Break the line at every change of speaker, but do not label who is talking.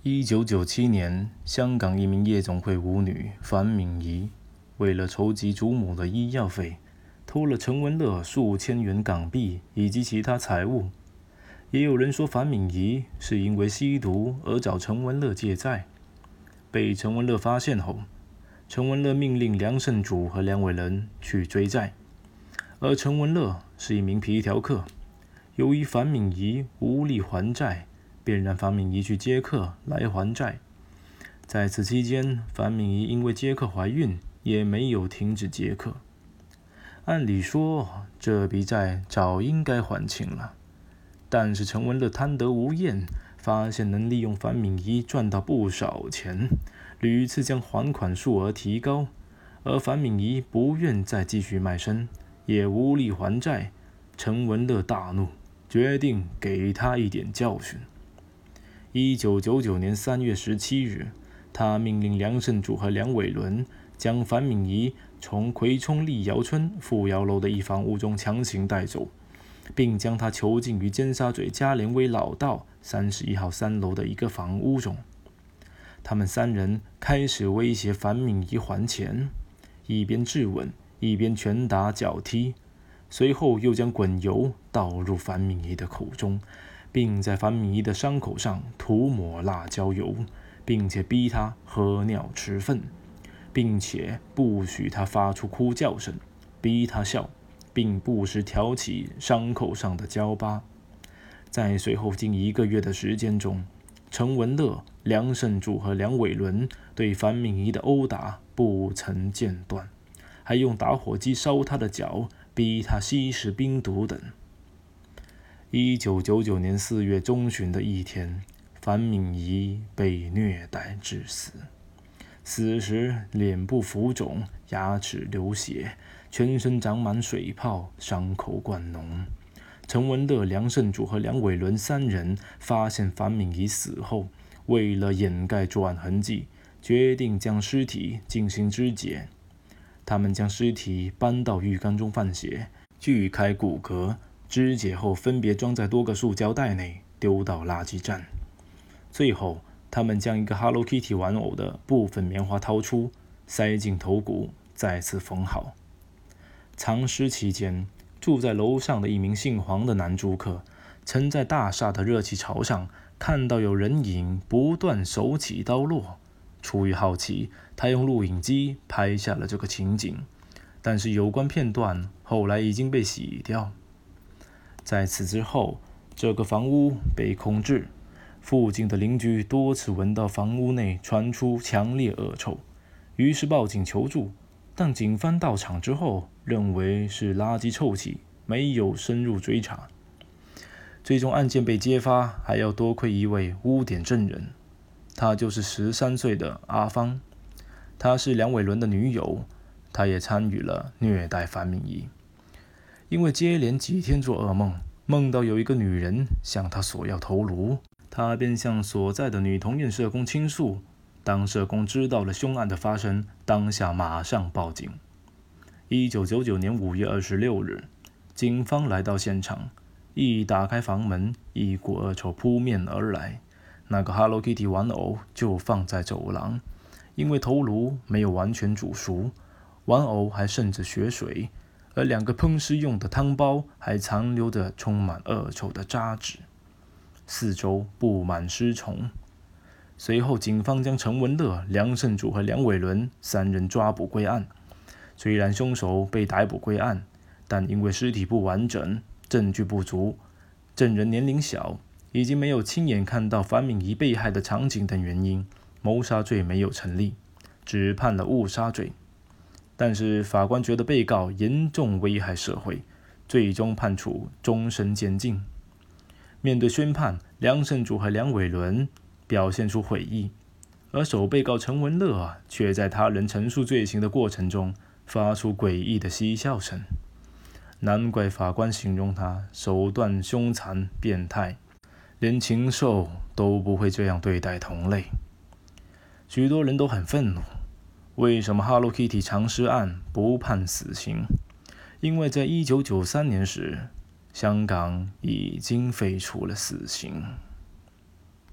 1997年，香港一名夜总会舞女樊敏仪，为了筹集祖母的医药费，偷了陈文乐数千元港币以及其他财物。也有人说樊敏仪是因为吸毒而找陈文乐借债，被陈文乐发现后，陈文乐命令梁胜祖和梁伟仁去追债，而陈文乐是一名皮条客，由于樊敏仪无力还债，便让樊敏仪去接客来还债。在此期间，樊敏仪因为接客怀孕，也没有停止接客。按理说，这笔债早应该还清了，但是陈文乐贪得无厌，发现能利用樊敏仪赚到不少钱，屡次将还款数额提高，而樊敏仪不愿再继续卖身，也无力还债。陈文乐大怒，决定给他一点教训。1999年3月17日，他命令梁胜祖和梁伟伦将樊敏仪从葵涌利尧村富尧楼的一房屋中强行带走，并将他囚禁于尖沙咀加连威老道31号3楼的一个房屋中。他们三人开始威胁樊敏仪还钱，一边质问，一边拳打脚踢，随后又将滚油倒入樊敏仪的口中，并在樊敏仪的伤口上涂抹辣椒油，并且逼他喝尿吃粪，并且不许他发出哭叫声，逼他笑，并不时挑起伤口上的焦疤。在随后近1个月的时间中，陈文乐、梁胜祖和梁伟伦对樊敏仪的殴打不曾间断，还用打火机烧他的脚，逼他吸食冰毒等。1999年4月中旬的一天，樊敏仪被虐待致死。死时脸部浮肿，牙齿流血，全身长满水泡，伤口灌脓。陈文乐、梁胜祖和梁伟伦三人发现樊敏仪死后，为了掩盖作案痕迹，决定将尸体进行肢解。他们将尸体搬到浴缸中放血，锯开骨骼，肢解后分别装在多个塑胶袋内，丢到垃圾站。最后，他们将一个 Hello Kitty 玩偶的部分棉花掏出，塞进头骨，再次缝好。藏尸期间，住在楼上的一名姓黄的男租客，曾在大厦的热气槽上看到有人影不断手起刀落。出于好奇，他用录影机拍下了这个情景，但是有关片段后来已经被洗掉。在此之后，这个房屋被空置，附近的邻居多次闻到房屋内传出强烈恶臭，于是报警求助，但警方到场之后认为是垃圾臭气，没有深入追查。最终案件被揭发，还要多亏一位污点证人，他就是13岁的阿芳，她是梁伟伦的女友，她也参与了虐待樊敏仪。因为接连几天做噩梦，梦到有一个女人向她索要头颅，她便向所在的女童院社工倾诉。当社工知道了凶案的发生，当下马上报警。1999年5月26日，警方来到现场，一打开房门，一股恶臭扑面而来。那个 Hello Kitty 玩偶就放在走廊，因为头颅没有完全煮熟，玩偶还渗着血水，而2个烹尸用的汤包还残留着充满恶臭的渣滓，四周布满尸虫。随后，警方将陈文乐、梁胜祖和梁伟伦三人抓捕归案。虽然凶手被逮捕归案，但因为尸体不完整、证据不足、证人年龄小，以及没有亲眼看到樊敏仪被害的场景等原因，谋杀罪没有成立，只判了误杀罪。但是法官觉得被告严重危害社会，最终判处终身监禁。面对宣判，梁胜祖和梁伟伦表现出悔意，而首被告陈文乐却在他人陈述罪行的过程中发出诡异的嬉笑声。难怪法官形容他手段凶残变态，连禽兽都不会这样对待同类。许多人都很愤怒，为什么 Hello Kitty 藏尸案不判死刑？因为在1993年时，香港已经废除了死刑。